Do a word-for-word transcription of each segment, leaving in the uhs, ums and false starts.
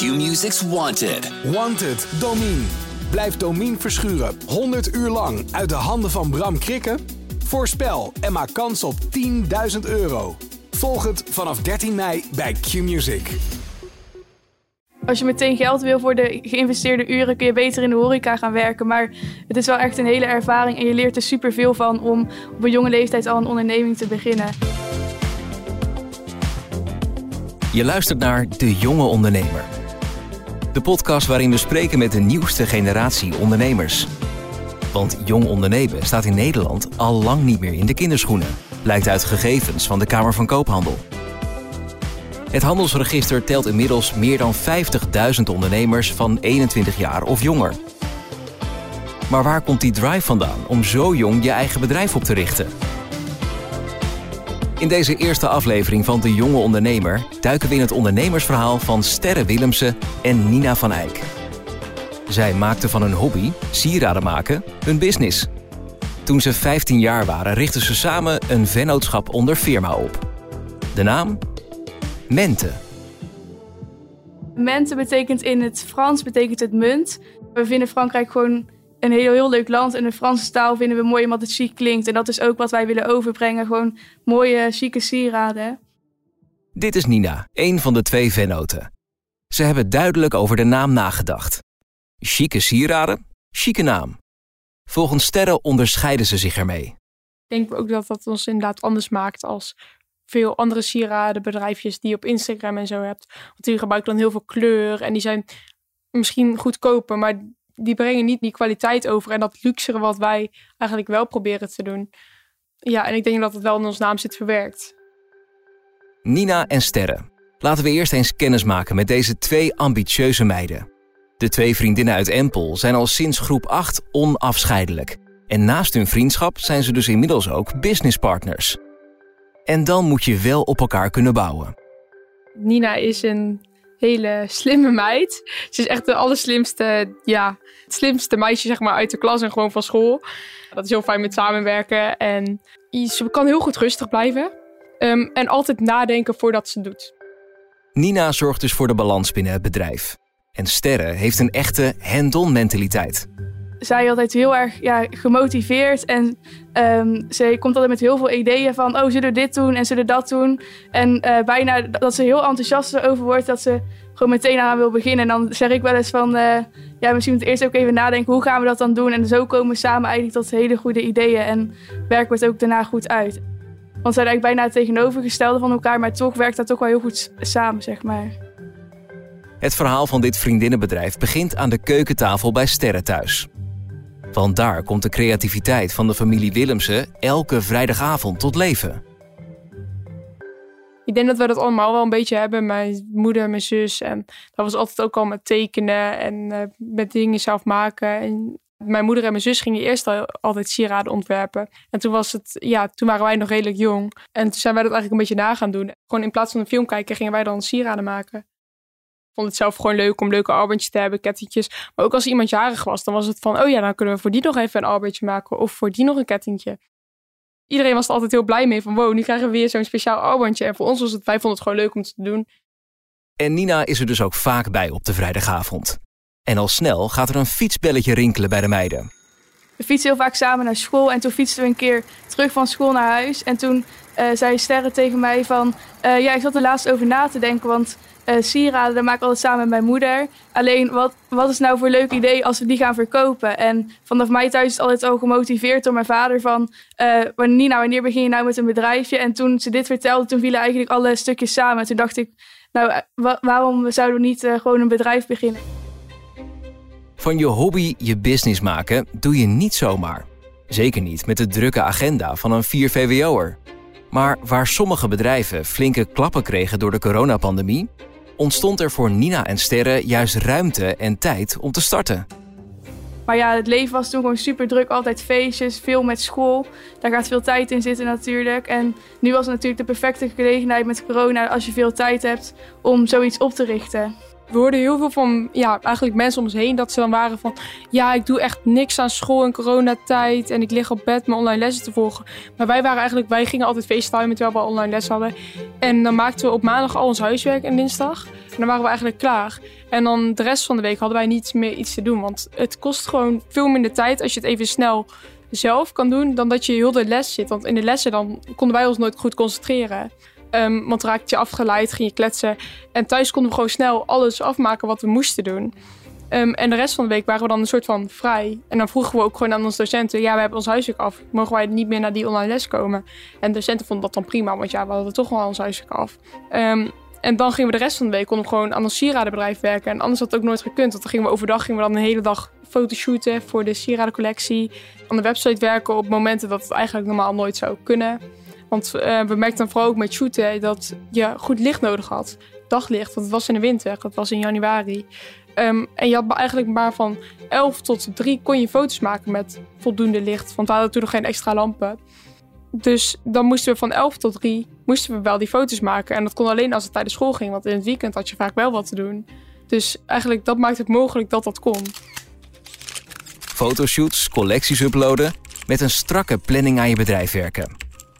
Q-Music's Wanted. Wanted, Domien. Blijft Domien verschuren honderd uur lang uit de handen van Bram Krikke? Voorspel en maak kans op tienduizend euro. Volg het vanaf dertien mei bij Q-Music. Als je meteen geld wil voor de geïnvesteerde uren, kun je beter in de horeca gaan werken. Maar het is wel echt een hele ervaring en je leert er superveel van om op een jonge leeftijd al een onderneming te beginnen. Je luistert naar De Jonge Ondernemer. De podcast waarin we spreken met de nieuwste generatie ondernemers. Want jong ondernemen staat in Nederland al lang niet meer in de kinderschoenen. Blijkt uit gegevens van de Kamer van Koophandel. Het handelsregister telt inmiddels meer dan vijftigduizend ondernemers van eenentwintig jaar of jonger. Maar waar komt die drive vandaan om zo jong je eigen bedrijf op te richten? In deze eerste aflevering van De Jonge Ondernemer duiken we in het ondernemersverhaal van Sterre Willemsen en Nina van Eyck. Zij maakten van hun hobby, sieraden maken, hun business. Toen ze vijftien jaar waren, richtten ze samen een vennootschap onder firma op. De naam? Mente. Mente betekent in het Frans betekent het munt. We vinden Frankrijk gewoon een heel, heel leuk land. En de Franse taal vinden we mooi omdat het chic klinkt. En dat is ook wat wij willen overbrengen. Gewoon mooie, chique sieraden. Dit is Nina, een van de twee vennoten. Ze hebben duidelijk over de naam nagedacht. Chique sieraden, chique naam. Volgens Sterre onderscheiden ze zich ermee. Ik denk ook dat dat ons inderdaad anders maakt als veel andere sieradenbedrijfjes die je op Instagram en zo hebt. Want die gebruiken dan heel veel kleur en die zijn misschien goedkoper, maar die brengen niet die kwaliteit over en dat luxere wat wij eigenlijk wel proberen te doen. Ja, en ik denk dat het wel in ons naam zit verwerkt. Nina en Sterre. Laten we eerst eens kennis maken met deze twee ambitieuze meiden. De twee vriendinnen uit Empel zijn al sinds groep acht onafscheidelijk. En naast hun vriendschap zijn ze dus inmiddels ook businesspartners. En dan moet je wel op elkaar kunnen bouwen. Nina is een hele slimme meid. Ze is echt de allerslimste, ja, het slimste meisje zeg maar uit de klas en gewoon van school. Dat is heel fijn met samenwerken. En ze kan heel goed rustig blijven. Um, en altijd nadenken voordat ze het doet. Nina zorgt dus voor de balans binnen het bedrijf. En Sterre heeft een echte hand-on mentaliteit. Zij is altijd heel erg ja, gemotiveerd en um, ze komt altijd met heel veel ideeën van oh, zullen we dit doen en zullen we dat doen. En uh, bijna dat ze heel enthousiast erover wordt dat ze gewoon meteen aan wil beginnen. En dan zeg ik wel eens van uh, ja, misschien moet eerst ook even nadenken hoe gaan we dat dan doen. En zo komen we samen eigenlijk tot hele goede ideeën en werken we het ook daarna goed uit. Want ze zijn eigenlijk bijna het tegenovergestelde van elkaar, maar toch werkt dat toch wel heel goed samen, zeg maar. Het verhaal van dit vriendinnenbedrijf begint aan de keukentafel bij Sterre thuis. Want daar komt de creativiteit van de familie Willemsen elke vrijdagavond tot leven. Ik denk dat we dat allemaal wel een beetje hebben. Mijn moeder, mijn zus. En dat was altijd ook al met tekenen en uh, met dingen zelf maken. En mijn moeder en mijn zus gingen eerst al altijd sieraden ontwerpen. En toen, was het, ja, toen waren wij nog redelijk jong. En toen zijn wij dat eigenlijk een beetje na gaan doen. Gewoon in plaats van een film kijken gingen wij dan sieraden maken. Ik vond het zelf gewoon leuk om leuke armbandjes te hebben, kettingjes. Maar ook als iemand jarig was, dan was het van oh ja, dan kunnen we voor die nog even een armbandje maken. Of voor die nog een kettingje. Iedereen was er altijd heel blij mee van wow, nu krijgen we weer zo'n speciaal armbandje. En voor ons was het, wij vonden het gewoon leuk om te doen. En Nina is er dus ook vaak bij op de vrijdagavond. En al snel gaat er een fietsbelletje rinkelen bij de meiden. We fietsen heel vaak samen naar school en toen fietsten we een keer terug van school naar huis. En toen uh, zei Sterre tegen mij van uh, ja, ik zat er laatst over na te denken, want Uh, sieraden, dat maak ik altijd samen met mijn moeder. Alleen, wat, wat is nou voor een leuk idee als we die gaan verkopen? En vanaf mij thuis is het altijd al gemotiveerd door mijn vader van uh, Nina, wanneer begin je nou met een bedrijfje? En toen ze dit vertelde, toen vielen eigenlijk alle stukjes samen. En toen dacht ik, nou, wa- waarom zouden we niet uh, gewoon een bedrijf beginnen? Van je hobby je business maken doe je niet zomaar. Zeker niet met de drukke agenda van een vier V W O'er. Maar waar sommige bedrijven flinke klappen kregen door de coronapandemie, ontstond er voor Nina en Sterre juist ruimte en tijd om te starten. Maar ja, het leven was toen gewoon super druk. Altijd feestjes, veel met school. Daar gaat veel tijd in zitten natuurlijk. En nu was het natuurlijk de perfecte gelegenheid met corona, als je veel tijd hebt, om zoiets op te richten. We hoorden heel veel van ja, eigenlijk mensen om ons heen dat ze dan waren van... ja, ik doe echt niks aan school in coronatijd en ik lig op bed mijn online lessen te volgen. Maar wij waren eigenlijk, wij gingen altijd facetimen terwijl we online les hadden. En dan maakten we op maandag al ons huiswerk en dinsdag. En dan waren we eigenlijk klaar. En dan de rest van de week hadden wij niet meer iets te doen. Want het kost gewoon veel minder tijd als je het even snel zelf kan doen... dan dat je heel de les zit. Want in de lessen dan konden wij ons nooit goed concentreren. Um, want raakte je afgeleid, ging je kletsen. En thuis konden we gewoon snel alles afmaken wat we moesten doen. Um, en de rest van de week waren we dan een soort van vrij. En dan vroegen we ook gewoon aan onze docenten... ja, we hebben ons huiswerk af. Mogen wij niet meer naar die online les komen? En de docenten vonden dat dan prima, want ja, we hadden toch wel ons huiswerk af. Um, en dan gingen we de rest van de week konden we gewoon aan ons sieradenbedrijf werken. En anders had het ook nooit gekund. Want dan gingen we overdag gingen we dan een hele dag fotoshooten voor de sieradencollectie. Aan de website werken op momenten dat het eigenlijk normaal nooit zou kunnen... Want uh, we merkten dan vooral ook met shooten dat je goed licht nodig had. Daglicht, want het was in de winter, het was in januari. Um, en je had eigenlijk maar van elf tot drie kon je foto's maken met voldoende licht. Want we hadden toen nog geen extra lampen. Dus dan moesten we van elf tot drie moesten we wel die foto's maken. En dat kon alleen als het tijdens school ging, want in het weekend had je vaak wel wat te doen. Dus eigenlijk dat maakt het mogelijk dat dat kon. Fotoshoots, collecties uploaden, met een strakke planning aan je bedrijf werken.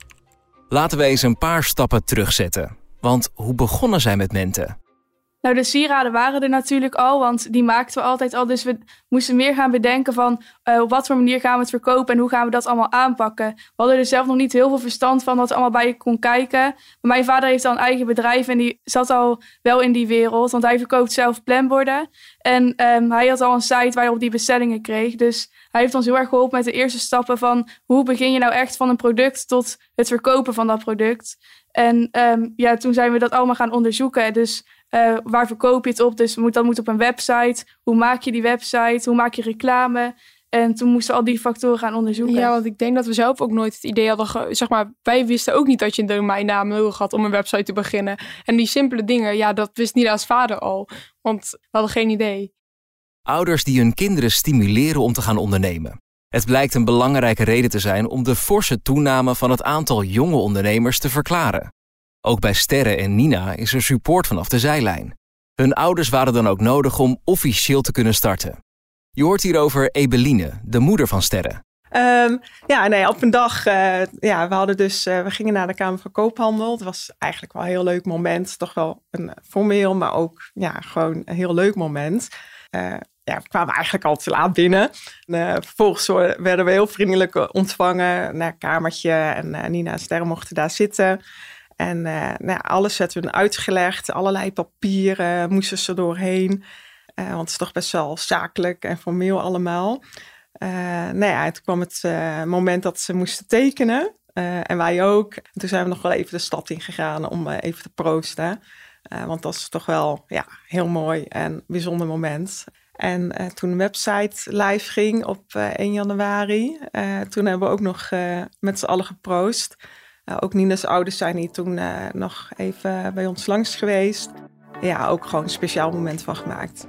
Laten we eens een paar stappen terugzetten. Want hoe begonnen zij met Mente? Nou, de sieraden waren er natuurlijk al, want die maakten we altijd al. Dus we moesten meer gaan bedenken van uh, op wat voor manier gaan we het verkopen en hoe gaan we dat allemaal aanpakken. We hadden er zelf nog niet heel veel verstand van wat er allemaal bij je kon kijken. Maar mijn vader heeft al een eigen bedrijf en die zat al wel in die wereld, want hij verkoopt zelf planborden. En um, hij had al een site waar je op die bestellingen kreeg. Dus hij heeft ons heel erg geholpen met de eerste stappen van hoe begin je nou echt van een product tot het verkopen van dat product. En um, ja, toen zijn we dat allemaal gaan onderzoeken. Dus uh, waar verkoop je het op? Dus moet, dat moet op een website. Hoe maak je die website? Hoe maak je reclame? En toen moesten we al die factoren gaan onderzoeken. Ja, want ik denk dat we zelf ook nooit het idee hadden... Ge- zeg maar, wij wisten ook niet dat je een domeinnaam nodig had om een website te beginnen. En die simpele dingen, ja, dat wist Nina's vader al. Want we hadden geen idee. Ouders die hun kinderen stimuleren om te gaan ondernemen. Het blijkt een belangrijke reden te zijn om de forse toename van het aantal jonge ondernemers te verklaren. Ook bij Sterre en Nina is er support vanaf de zijlijn. Hun ouders waren dan ook nodig om officieel te kunnen starten. Je hoort hierover Ebeline, de moeder van Sterre. Um, ja, nee, op een dag, uh, ja, we hadden dus, uh, we gingen naar de Kamer van Koophandel. Het was eigenlijk wel een heel leuk moment. Toch wel een formeel, maar ook, ja, gewoon een heel leuk moment. Uh, ja, we kwamen eigenlijk al te laat binnen. Uh, vervolgens werden we heel vriendelijk ontvangen naar een kamertje. En uh, Nina en Sterre mochten daar zitten. En uh, nou ja, alles werd hun uitgelegd. Allerlei papieren moesten ze doorheen. Uh, want het is toch best wel zakelijk en formeel allemaal. Uh, nou ja, toen kwam het uh, moment dat ze moesten tekenen. Uh, en wij ook. En toen zijn we nog wel even de stad ingegaan om uh, even te proosten. Uh, want dat is toch wel ja, heel mooi en bijzonder moment. En uh, toen de website live ging op uh, één januari... Uh, toen hebben we ook nog uh, met z'n allen geproost. Uh, ook Nina's ouders zijn hier toen uh, nog even bij ons langs geweest. Ja, ook gewoon een speciaal moment van gemaakt.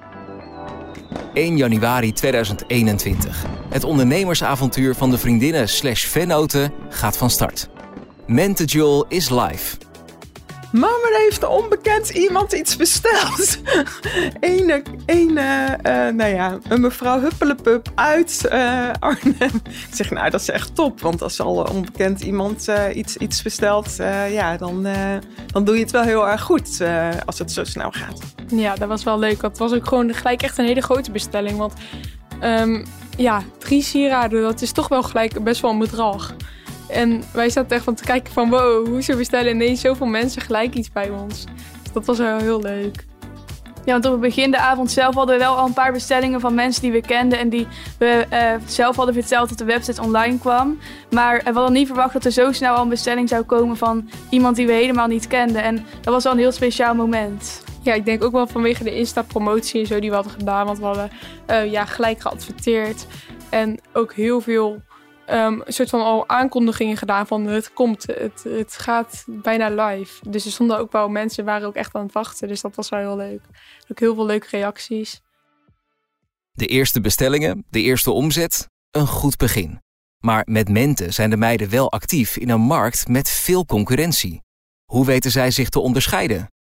één januari tweeduizend eenentwintig. Het ondernemersavontuur van de vriendinnen slash vennoten gaat van start. Mente Jewel is live. Mama, heeft een onbekend iemand iets besteld. Ene, ene uh, nou ja, een mevrouw Huppelepup uit uh, Arnhem. Ik zeg, nou, dat is echt top. Want als al een onbekend iemand uh, iets, iets bestelt, uh, ja, dan, uh, dan doe je het wel heel erg goed uh, als het zo snel gaat. Ja, dat was wel leuk. Het was ook gewoon gelijk echt een hele grote bestelling. Want um, ja, drie sieraden, dat is toch wel gelijk best wel een bedrag. En wij zaten echt van te kijken van wow, hoe ze bestellen ineens zoveel mensen gelijk iets bij ons. Dus dat was wel heel leuk. Ja, want op het begin de avond zelf hadden we wel al een paar bestellingen van mensen die we kenden. En die we uh, zelf hadden verteld dat de website online kwam. Maar we hadden niet verwacht dat er zo snel al een bestelling zou komen van iemand die we helemaal niet kenden. En dat was wel een heel speciaal moment. Ja, ik denk ook wel vanwege de Insta-promotie en zo die we hadden gedaan. Want we hadden uh, ja, gelijk geadverteerd. En ook heel veel um, een soort van al aankondigingen gedaan van het komt, het, het gaat bijna live. Dus er stonden ook wel mensen, waren ook echt aan het wachten. Dus dat was wel heel leuk. Ook heel veel leuke reacties. De eerste bestellingen, de eerste omzet, een goed begin. Maar met Mente zijn de meiden wel actief in een markt met veel concurrentie. Hoe weten zij zich te onderscheiden?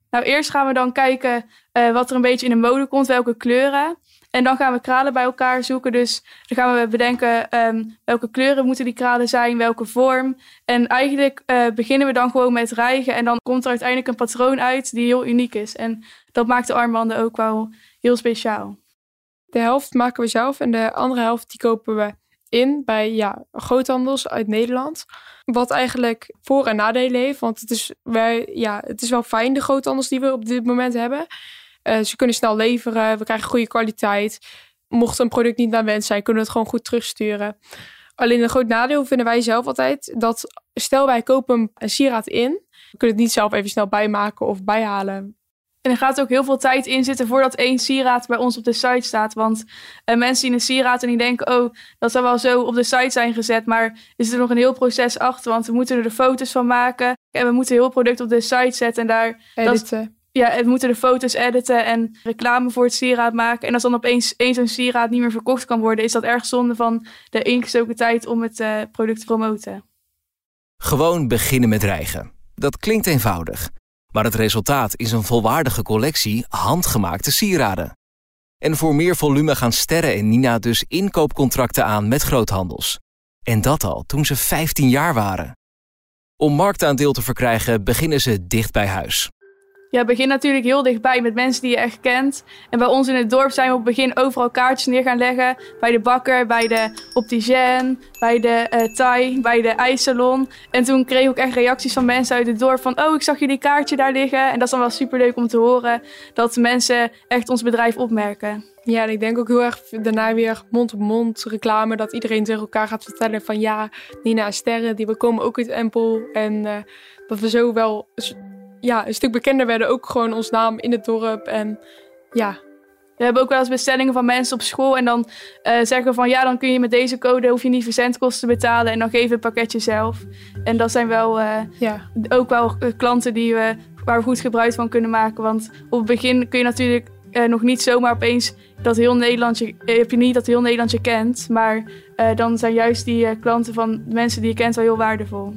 Nou, eerst gaan we dan kijken uh, wat er een beetje in de mode komt, welke kleuren. En dan gaan we kralen bij elkaar zoeken. Dus dan gaan we bedenken um, welke kleuren moeten die kralen zijn, welke vorm. En eigenlijk uh, beginnen we dan gewoon met rijgen. En dan komt er uiteindelijk een patroon uit die heel uniek is. En dat maakt de armbanden ook wel heel speciaal. De helft maken we zelf en de andere helft die kopen we in bij ja, groothandels uit Nederland. Wat eigenlijk voor- en nadelen heeft. Want het is, wij, ja, het is wel fijn, de groothandels die we op dit moment hebben. Uh, ze kunnen snel leveren, we krijgen goede kwaliteit. Mocht een product niet naar wens zijn, kunnen we het gewoon goed terugsturen. Alleen een groot nadeel vinden wij zelf altijd dat stel wij kopen een sieraad in, we kunnen het niet zelf even snel bijmaken of bijhalen. En er gaat ook heel veel tijd in zitten voordat één sieraad bij ons op de site staat. Want uh, mensen zien een sieraad en die denken, oh, dat zou wel zo op de site zijn gezet. Maar er zit er nog een heel proces achter, want we moeten er de foto's van maken. En we moeten heel het product op de site zetten en daar... Editen. Dat, ja, we moeten de foto's editen en reclame voor het sieraad maken. En als dan opeens één zo'n sieraad niet meer verkocht kan worden, is dat erg zonde van de ingestoken tijd om het uh, product te promoten. Gewoon beginnen met rijgen. Dat klinkt eenvoudig. Maar het resultaat is een volwaardige collectie handgemaakte sieraden. En voor meer volume gaan Sterre en Nina dus inkoopcontracten aan met groothandels. En dat al toen ze vijftien jaar waren. Om marktaandeel te verkrijgen beginnen ze dicht bij huis. Ja, begin natuurlijk heel dichtbij met mensen die je echt kent. En bij ons in het dorp zijn we op het begin overal kaartjes neer gaan leggen. Bij de bakker, bij de opticien, bij de uh, Thai, bij de ijssalon. En toen kreeg ik ook echt reacties van mensen uit het dorp van... oh, ik zag jullie kaartje daar liggen. En dat is dan wel superleuk om te horen dat mensen echt ons bedrijf opmerken. Ja, en ik denk ook heel erg daarna weer mond-op-mond reclame. Dat iedereen tegen elkaar gaat vertellen van ja, Nina en Sterre, die we komen ook uit Empel. En uh, dat we zo wel... ja, een stuk bekender werden, ook gewoon ons naam in het dorp en ja. We hebben ook wel eens bestellingen van mensen op school en dan uh, zeggen van ja, dan kun je met deze code, hoef je niet verzendkosten te betalen en dan geven we het pakketje zelf. En dat zijn wel uh, ja. ook wel uh, klanten die we, waar we goed gebruik van kunnen maken, want op het begin kun je natuurlijk uh, nog niet zomaar opeens dat heel Nederland je, uh, heb je niet dat heel Nederland je kent, maar uh, dan zijn juist die uh, klanten van de mensen die je kent wel heel waardevol.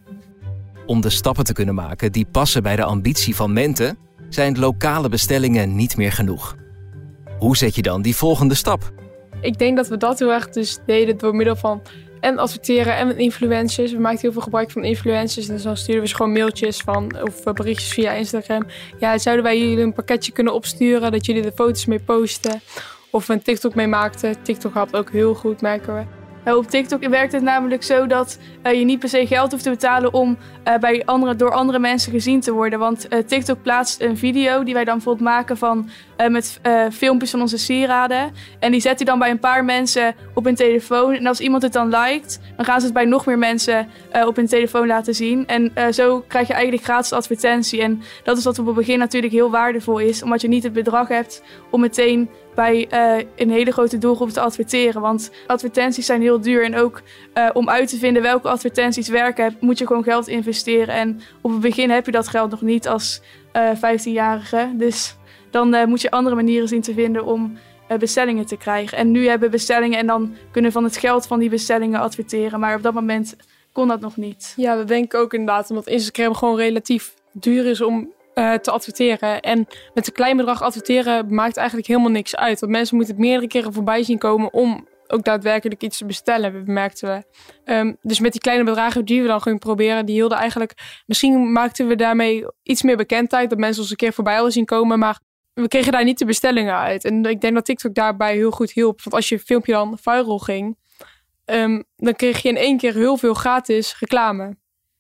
Om de stappen te kunnen maken die passen bij de ambitie van Mente, zijn lokale bestellingen niet meer genoeg. Hoe zet je dan die volgende stap? Ik denk dat we dat heel erg dus deden door middel van en adverteren en influencers. We maakten heel veel gebruik van influencers. Dus dan sturen we ze gewoon mailtjes van, of berichtjes via Instagram. Ja, zouden wij jullie een pakketje kunnen opsturen, dat jullie de foto's mee posten? Of we een TikTok mee maakten. TikTok helpt ook heel goed, merken we. Op TikTok werkt het namelijk zo dat uh, je niet per se geld hoeft te betalen om uh, bij andere, door andere mensen gezien te worden. Want uh, TikTok plaatst een video die wij dan bijvoorbeeld maken van, uh, met uh, filmpjes van onze sieraden. En die zet hij dan bij een paar mensen op hun telefoon. En als iemand het dan liked, dan gaan ze het bij nog meer mensen uh, op hun telefoon laten zien. En uh, zo krijg je eigenlijk gratis advertentie. En dat is wat op het begin natuurlijk heel waardevol is. Omdat je niet het bedrag hebt om meteen bij uh, een hele grote doelgroep te adverteren. Want advertenties zijn heel duur. En ook uh, om uit te vinden welke advertenties werken, moet je gewoon geld investeren. En op het begin heb je dat geld nog niet als uh, vijftienjarige. Dus dan uh, moet je andere manieren zien te vinden om uh, bestellingen te krijgen. En nu hebben we bestellingen en dan kunnen we van het geld van die bestellingen adverteren. Maar op dat moment kon dat nog niet. Ja, dat denk ik ook inderdaad. Omdat Instagram gewoon relatief duur is om Uh, te adverteren. En met een klein bedrag adverteren maakt eigenlijk helemaal niks uit. Want mensen moeten het meerdere keren voorbij zien komen om ook daadwerkelijk iets te bestellen, merkten we. Um, dus met die kleine bedragen die we dan gingen proberen, die hielden eigenlijk... Misschien maakten we daarmee iets meer bekendheid, dat mensen ons een keer voorbij hadden zien komen, maar we kregen daar niet de bestellingen uit. En ik denk dat TikTok daarbij heel goed hielp. Want als je filmpje dan viral ging, um, dan kreeg je in één keer heel veel gratis reclame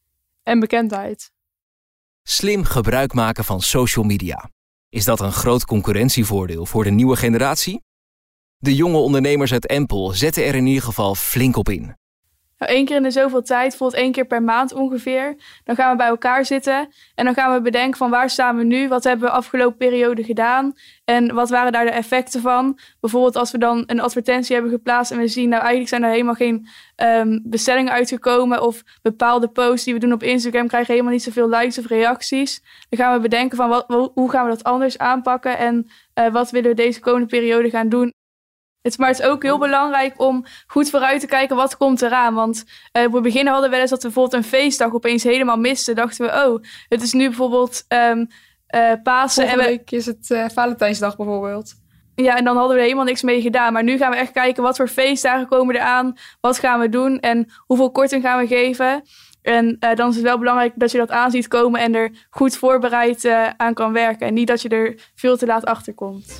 en bekendheid. Slim gebruik maken van social media. Is dat een groot concurrentievoordeel voor de nieuwe generatie? De jonge ondernemers uit Empel zetten er in ieder geval flink op in. Nou, één keer in de zoveel tijd, bijvoorbeeld één keer per maand ongeveer, dan gaan we bij elkaar zitten en dan gaan we bedenken van waar staan we nu, wat hebben we afgelopen periode gedaan en wat waren daar de effecten van. Bijvoorbeeld als we dan een advertentie hebben geplaatst en we zien, nou eigenlijk zijn er helemaal geen um, bestellingen uitgekomen of bepaalde posts die we doen op Instagram krijgen helemaal niet zoveel likes of reacties. Dan gaan we bedenken van wat, hoe gaan we dat anders aanpakken en uh, wat willen we deze komende periode gaan doen. Het, maar het is ook heel belangrijk om goed vooruit te kijken wat komt eraan. Want uh, op het begin hadden we wel eens dat we bijvoorbeeld een feestdag opeens helemaal misten. Dachten we, oh, het is nu bijvoorbeeld um, uh, Pasen. Volgende en we, week is het uh, Valentijnsdag bijvoorbeeld. Ja, en dan hadden we er helemaal niks mee gedaan. Maar nu gaan we echt kijken wat voor feestdagen komen er aan. Wat gaan we doen en hoeveel korting gaan we geven. En uh, dan is het wel belangrijk dat je dat aan ziet komen en er goed voorbereid uh, aan kan werken. En niet dat je er veel te laat achter komt.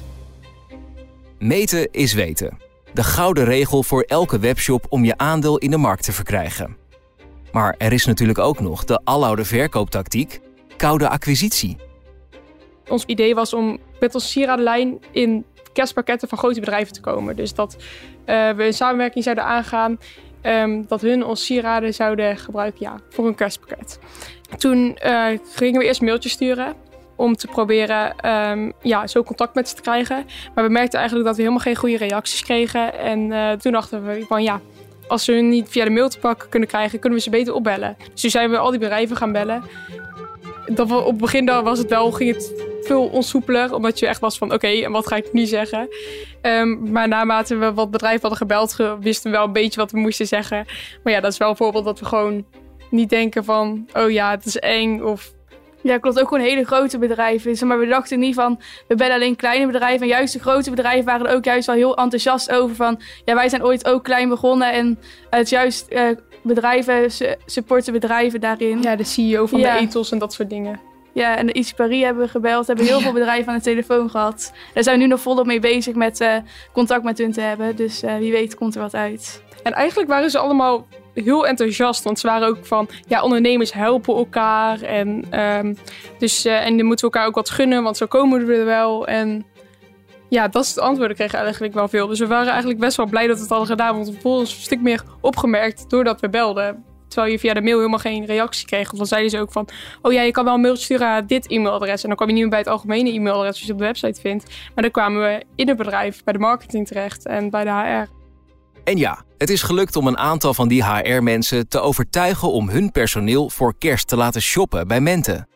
Meten is weten. De gouden regel voor elke webshop om je aandeel in de markt te verkrijgen. Maar er is natuurlijk ook nog de aloude verkooptactiek, koude acquisitie. Ons idee was om met onze sieradenlijn in kerstpakketten van grote bedrijven te komen. Dus dat uh, we een samenwerking zouden aangaan, um, dat hun ons sieraden zouden gebruiken ja, voor een kerstpakket. Toen uh, gingen we eerst mailtjes sturen om te proberen um, ja, zo contact met ze te krijgen. Maar we merkten eigenlijk dat we helemaal geen goede reacties kregen. En uh, toen dachten we van ja, als we hun niet via de mail te pakken kunnen krijgen, kunnen we ze beter opbellen. Dus toen zijn we al die bedrijven gaan bellen. Dat we, op het begin was het wel, ging het veel onsoepeler, omdat je echt was van oké, okay, en wat ga ik nu zeggen? Um, maar naarmate we wat bedrijven hadden gebeld, wisten we wel een beetje wat we moesten zeggen. Maar ja, dat is wel een voorbeeld dat we gewoon niet denken van oh ja, het is eng of... Ja, klopt. Ook gewoon hele grote bedrijven. Maar we dachten niet van, we bellen alleen kleine bedrijven. En juist de grote bedrijven waren er ook juist wel heel enthousiast over. Van, ja, wij zijn ooit ook klein begonnen. En het is juist uh, bedrijven, supporten bedrijven daarin. Ja, de C E O van ja. de Ethos en dat soort dingen. Ja, en de Easy Paris hebben we gebeld. Hebben heel ja. veel bedrijven aan de telefoon gehad. Daar zijn we nu nog volop mee bezig met uh, contact met hun te hebben. Dus uh, wie weet komt er wat uit. En eigenlijk waren ze allemaal heel enthousiast, want ze waren ook van ja, ondernemers helpen elkaar en um, dus uh, en dan moeten we elkaar ook wat gunnen, want zo komen we er wel. En ja, dat is het antwoord. Ik kreeg eigenlijk wel veel. Dus we waren eigenlijk best wel blij dat we het hadden gedaan, want we voelden ons een stuk meer opgemerkt doordat we belden. Terwijl je via de mail helemaal geen reactie kreeg. Want dan zeiden ze ook van, oh ja, je kan wel een mail sturen aan dit e-mailadres. En dan kwam je niet meer bij het algemene e-mailadres dat je op de website vindt. Maar dan kwamen we in het bedrijf, bij de marketing terecht en bij de H R. En ja, het is gelukt om een aantal van die H R-mensen te overtuigen om hun personeel voor kerst te laten shoppen bij Mente.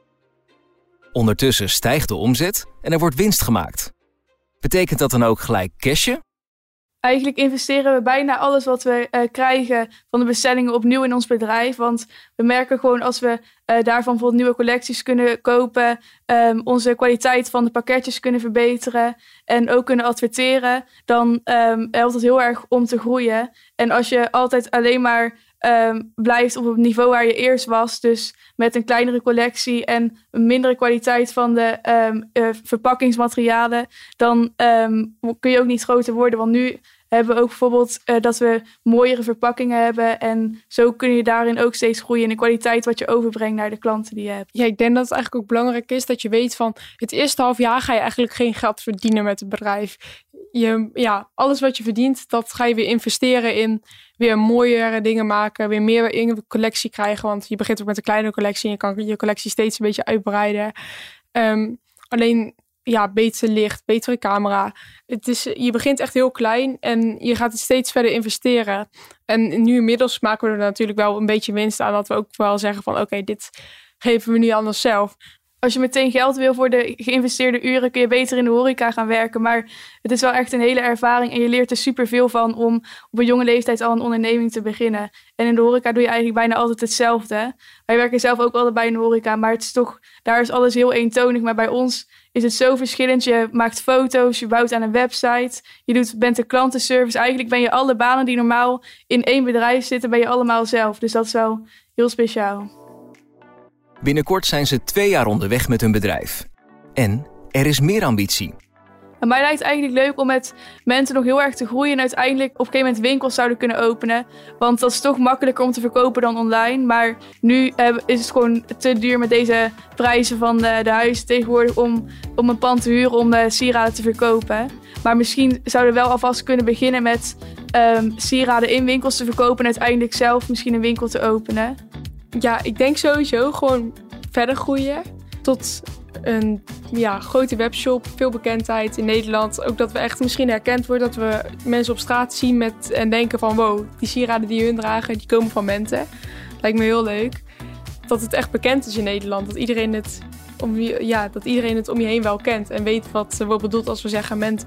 Ondertussen stijgt de omzet en er wordt winst gemaakt. Betekent dat dan ook gelijk cashen? Eigenlijk investeren we bijna alles wat we uh, krijgen van de bestellingen opnieuw in ons bedrijf. Want we merken gewoon als we uh, daarvan bijvoorbeeld nieuwe collecties kunnen kopen, um, onze kwaliteit van de pakketjes kunnen verbeteren en ook kunnen adverteren, dan um, helpt het heel erg om te groeien. En als je altijd alleen maar um, blijft op het niveau waar je eerst was, dus met een kleinere collectie en een mindere kwaliteit van de um, uh, verpakkingsmaterialen, dan um, kun je ook niet groter worden. Want nu hebben we ook bijvoorbeeld uh, dat we mooiere verpakkingen hebben. En zo kun je daarin ook steeds groeien in de kwaliteit wat je overbrengt naar de klanten die je hebt. Ja, ik denk dat het eigenlijk ook belangrijk is dat je weet van het eerste half jaar ga je eigenlijk geen geld verdienen met het bedrijf. Je, ja, alles wat je verdient, dat ga je weer investeren in weer mooiere dingen maken, weer meer in de collectie krijgen. Want je begint ook met een kleine collectie en je kan je collectie steeds een beetje uitbreiden. Um, alleen ja, beter licht, betere camera. Het is, je begint echt heel klein en je gaat het steeds verder investeren. En nu inmiddels maken we er natuurlijk wel een beetje winst aan, dat we ook wel zeggen van oké, okay, dit geven we nu aan onszelf. Als je meteen geld wil voor de geïnvesteerde uren, kun je beter in de horeca gaan werken. Maar het is wel echt een hele ervaring en je leert er superveel van om op een jonge leeftijd al een onderneming te beginnen. En in de horeca doe je eigenlijk bijna altijd hetzelfde. Wij werken zelf ook allebei in de horeca, maar het is toch, daar is alles heel eentonig. Maar bij ons is het zo verschillend. Je maakt foto's, je bouwt aan een website, je doet, bent de klantenservice. Eigenlijk ben je alle banen die normaal in één bedrijf zitten, ben je allemaal zelf. Dus dat is wel heel speciaal. Binnenkort zijn ze twee jaar onderweg met hun bedrijf. En er is meer ambitie. En mij lijkt het eigenlijk leuk om met mensen nog heel erg te groeien en uiteindelijk op een gegeven moment winkels zouden kunnen openen. Want dat is toch makkelijker om te verkopen dan online. Maar nu uh, is het gewoon te duur met deze prijzen van de, de huizen tegenwoordig om, om een pand te huren om uh, sieraden te verkopen. Maar misschien zouden we wel alvast kunnen beginnen met um, sieraden in winkels te verkopen en uiteindelijk zelf misschien een winkel te openen. Ja, ik denk sowieso gewoon verder groeien tot een ja, grote webshop, veel bekendheid in Nederland. Ook dat we echt misschien herkend worden, dat we mensen op straat zien met en denken van wow, die sieraden die hun dragen, die komen van Mente. Lijkt me heel leuk. Dat het echt bekend is in Nederland, dat iedereen het om je, ja, dat iedereen het om je heen wel kent en weet wat we bedoelt als we zeggen Mente.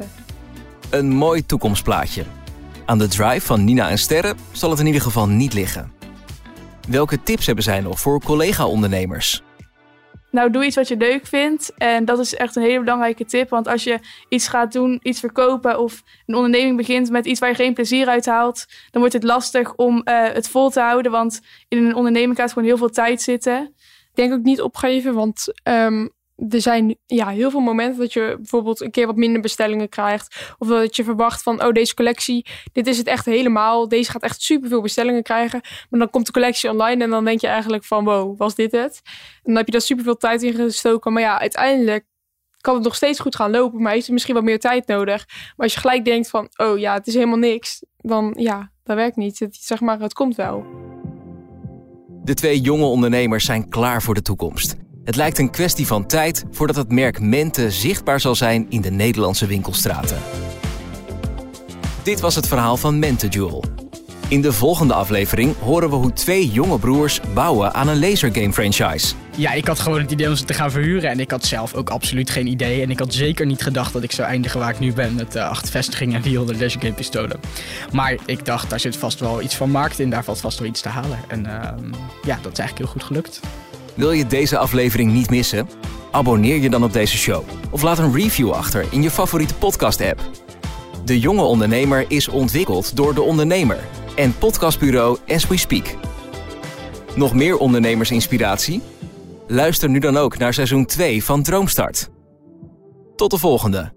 Een mooi toekomstplaatje. Aan de drive van Nina en Sterre zal het in ieder geval niet liggen. Welke tips hebben zij nog voor collega-ondernemers? Nou, doe iets wat je leuk vindt. En dat is echt een hele belangrijke tip. Want als je iets gaat doen, iets verkopen of een onderneming begint met iets waar je geen plezier uit haalt, dan wordt het lastig om uh, het vol te houden. Want in een onderneming gaat gewoon heel veel tijd zitten. Ik denk ook niet opgeven, want um, er zijn ja, heel veel momenten dat je bijvoorbeeld een keer wat minder bestellingen krijgt. Of dat je verwacht van, oh, deze collectie, dit is het echt helemaal. Deze gaat echt superveel bestellingen krijgen. Maar dan komt de collectie online en dan denk je eigenlijk van, wow, was dit het? En dan heb je daar superveel tijd in gestoken. Maar ja, uiteindelijk kan het nog steeds goed gaan lopen, maar heeft het misschien wat meer tijd nodig. Maar als je gelijk denkt van, oh ja, het is helemaal niks, dan ja, dat werkt niet. Het, zeg maar, het komt wel. De twee jonge ondernemers zijn klaar voor de toekomst. Het lijkt een kwestie van tijd voordat het merk Mente zichtbaar zal zijn in de Nederlandse winkelstraten. Dit was het verhaal van Mente Jewel. In de volgende aflevering horen we hoe twee jonge broers bouwen aan een lasergame franchise. Ja, ik had gewoon het idee om ze te gaan verhuren en ik had zelf ook absoluut geen idee. En ik had zeker niet gedacht dat ik zou eindigen waar ik nu ben met uh, acht vestigingen en vierhonderd lasergame pistolen. Maar ik dacht, daar zit vast wel iets van markt in, daar valt vast wel iets te halen. En uh, ja, dat is eigenlijk heel goed gelukt. Wil je deze aflevering niet missen? Abonneer je dan op deze show. Of laat een review achter in je favoriete podcast-app. De Jonge Ondernemer is ontwikkeld door De Ondernemer en podcastbureau As We Speak. Nog meer ondernemersinspiratie? Luister nu dan ook naar seizoen twee van Droomstart. Tot de volgende.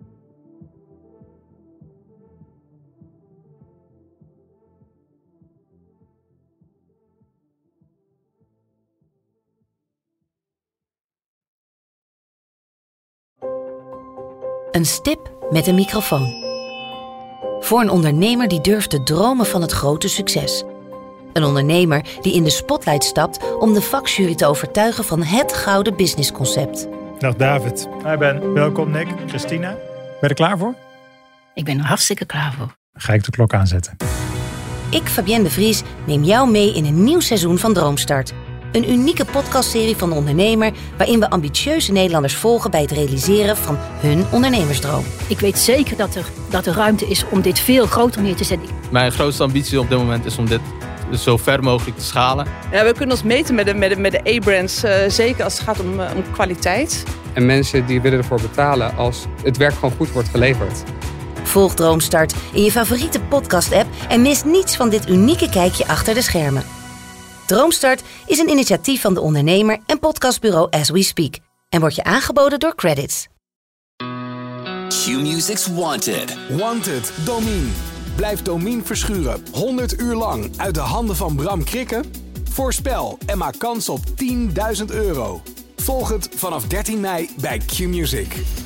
Een stip met een microfoon. Voor een ondernemer die durft te dromen van het grote succes. Een ondernemer die in de spotlight stapt om de vakjury te overtuigen van het gouden businessconcept. Dag David. Hi Ben. Welkom Nick. Christina. Ben je er klaar voor? Ik ben er hartstikke klaar voor. Dan ga ik de klok aanzetten. Ik, Fabienne de Vries, neem jou mee in een nieuw seizoen van Droomstart. Een unieke podcastserie van de ondernemer waarin we ambitieuze Nederlanders volgen bij het realiseren van hun ondernemersdroom. Ik weet zeker dat er, dat er ruimte is om dit veel groter neer te zetten. Mijn grootste ambitie op dit moment is om dit zo ver mogelijk te schalen. Ja, we kunnen ons meten met de, met de, met de A-brands, uh, zeker als het gaat om, uh, om kwaliteit. En mensen die willen ervoor betalen als het werk gewoon goed wordt geleverd. Volg Droomstart in je favoriete podcast-app en mis niets van dit unieke kijkje achter de schermen. Droomstart is een initiatief van De Ondernemer en podcastbureau As We Speak en wordt je aangeboden door Credits. Q-Music's Wanted. Wanted, Domien. Blijf Domien verschuren honderd uur lang uit de handen van Bram Krikke? Voorspel en maak kans op tienduizend euro. Volg het vanaf dertien mei bij Q-Music.